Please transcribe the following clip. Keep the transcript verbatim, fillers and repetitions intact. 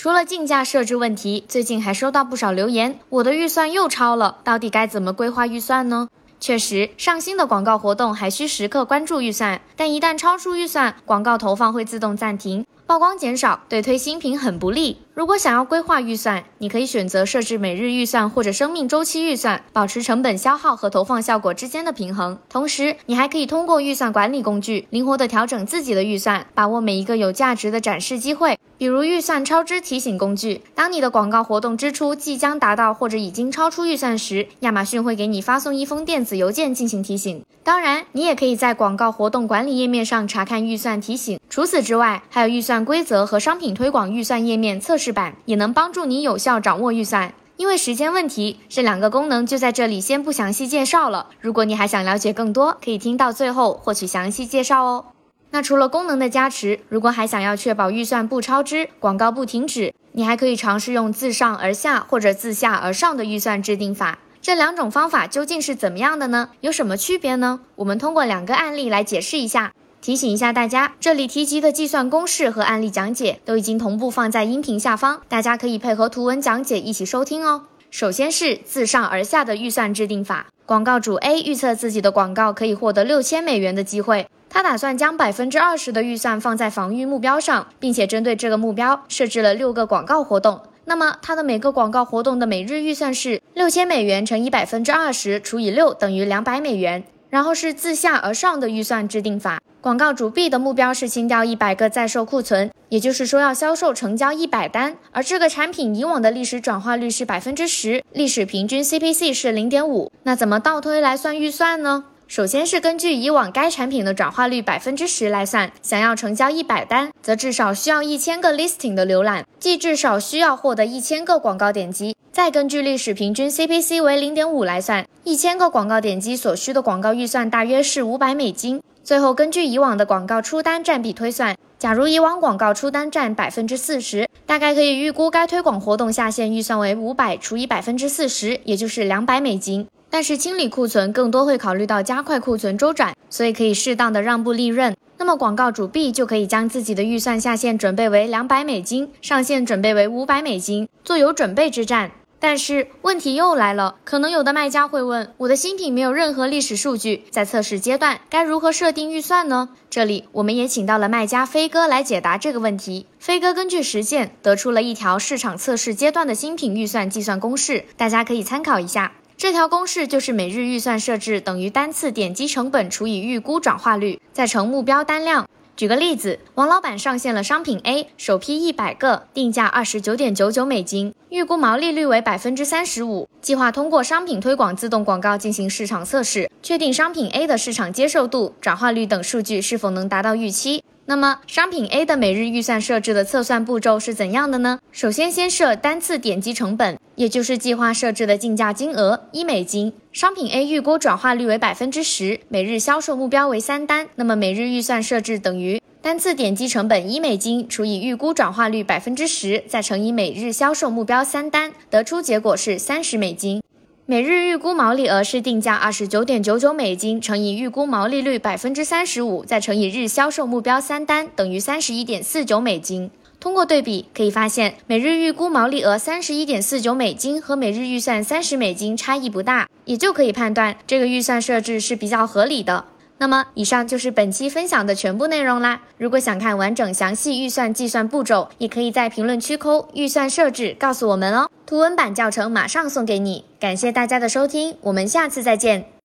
除了竞价设置问题，最近还收到不少留言，我的预算又超了，到底该怎么规划预算呢？确实，上新的广告活动还需时刻关注预算，但一旦超出预算，广告投放会自动暂停，曝光减少，对推新品很不利。如果想要规划预算，你可以选择设置每日预算或者生命周期预算，保持成本消耗和投放效果之间的平衡。同时，你还可以通过预算管理工具，灵活地调整自己的预算，把握每一个有价值的展示机会。比如预算超支提醒工具，当你的广告活动支出即将达到或者已经超出预算时，亚马逊会给你发送一封电子邮件进行提醒。当然，你也可以在广告活动管理页面上查看预算提醒。除此之外，还有预算规则和商品推广预算页面测试版，也能帮助你有效掌握预算。因为时间问题，这两个功能就在这里先不详细介绍了。如果你还想了解更多，可以听到最后获取详细介绍哦。那除了功能的加持，如果还想要确保预算不超支，广告不停止，你还可以尝试用自上而下或者自下而上的预算制定法。这两种方法究竟是怎么样的呢？有什么区别呢？我们通过两个案例来解释一下。提醒一下大家，这里提及的计算公式和案例讲解都已经同步放在音频下方，大家可以配合图文讲解一起收听哦。首先是自上而下的预算制定法。广告主 A 预测自己的广告可以获得六千美元的机会，他打算将 百分之二十 的预算放在防御目标上，并且针对这个目标设置了六个广告活动。那么他的每个广告活动的每日预算是六千美元乘以 百分之二十 除以六等于两百美元。然后是自下而上的预算制定法。广告主 B 的目标是清掉一百个在售库存，也就是说要销售成交一百单，而这个产品以往的历史转化率是 百分之十， 历史平均 C P C 是 零点五。 那怎么倒推来算预算呢？首先是根据以往该产品的转化率 百分之十 来算，想要成交一百单，则至少需要一千个 listing 的浏览，即至少需要获得一千个广告点击。再根据历史平均 C P C 为 零点五 来算，一千个广告点击所需的广告预算大约是五百美金。最后根据以往的广告出单占比推算，假如以往广告出单占 百分之四十， 大概可以预估该推广活动下限预算为五百除以 百分之四十， 也就是两百美金。但是清理库存更多会考虑到加快库存周转，所以可以适当的让步利润。那么广告主 B 就可以将自己的预算下限准备为两百美金，上限准备为五百美金，做有准备之战。但是问题又来了，可能有的卖家会问，我的新品没有任何历史数据，在测试阶段该如何设定预算呢？这里我们也请到了卖家飞哥来解答这个问题。飞哥根据实践得出了一条市场测试阶段的新品预算计算公式，大家可以参考一下。这条公式就是每日预算设置等于单次点击成本除以预估转化率，再乘目标单量。举个例子，王老板上线了商品 A， 首批一百个，定价 二十九点九九美金，预估毛利率为 百分之三十五， 计划通过商品推广自动广告进行市场测试，确定商品 A 的市场接受度、转化率等数据是否能达到预期。那么商品 A 的每日预算设置的测算步骤是怎样的呢？首先先设单次点击成本，也就是计划设置的竞价金额一美金。商品 A 预估转化率为 百分之十， 每日销售目标为三单，那么每日预算设置等于单次点击成本一美金除以预估转化率 百分之十， 再乘以每日销售目标三单，得出结果是三十美金。每日预估毛利额是定价 二十九点九九美金乘以预估毛利率 百分之三十五， 再乘以日销售目标三单，等于 三十一点四九美金。通过对比可以发现，每日预估毛利额 三十一点四九美金和每日预算三十美金差异不大，也就可以判断这个预算设置是比较合理的。那么以上就是本期分享的全部内容啦。如果想看完整详细预算计算步骤，也可以在评论区扣预算设置告诉我们哦，图文版教程马上送给你。感谢大家的收听，我们下次再见。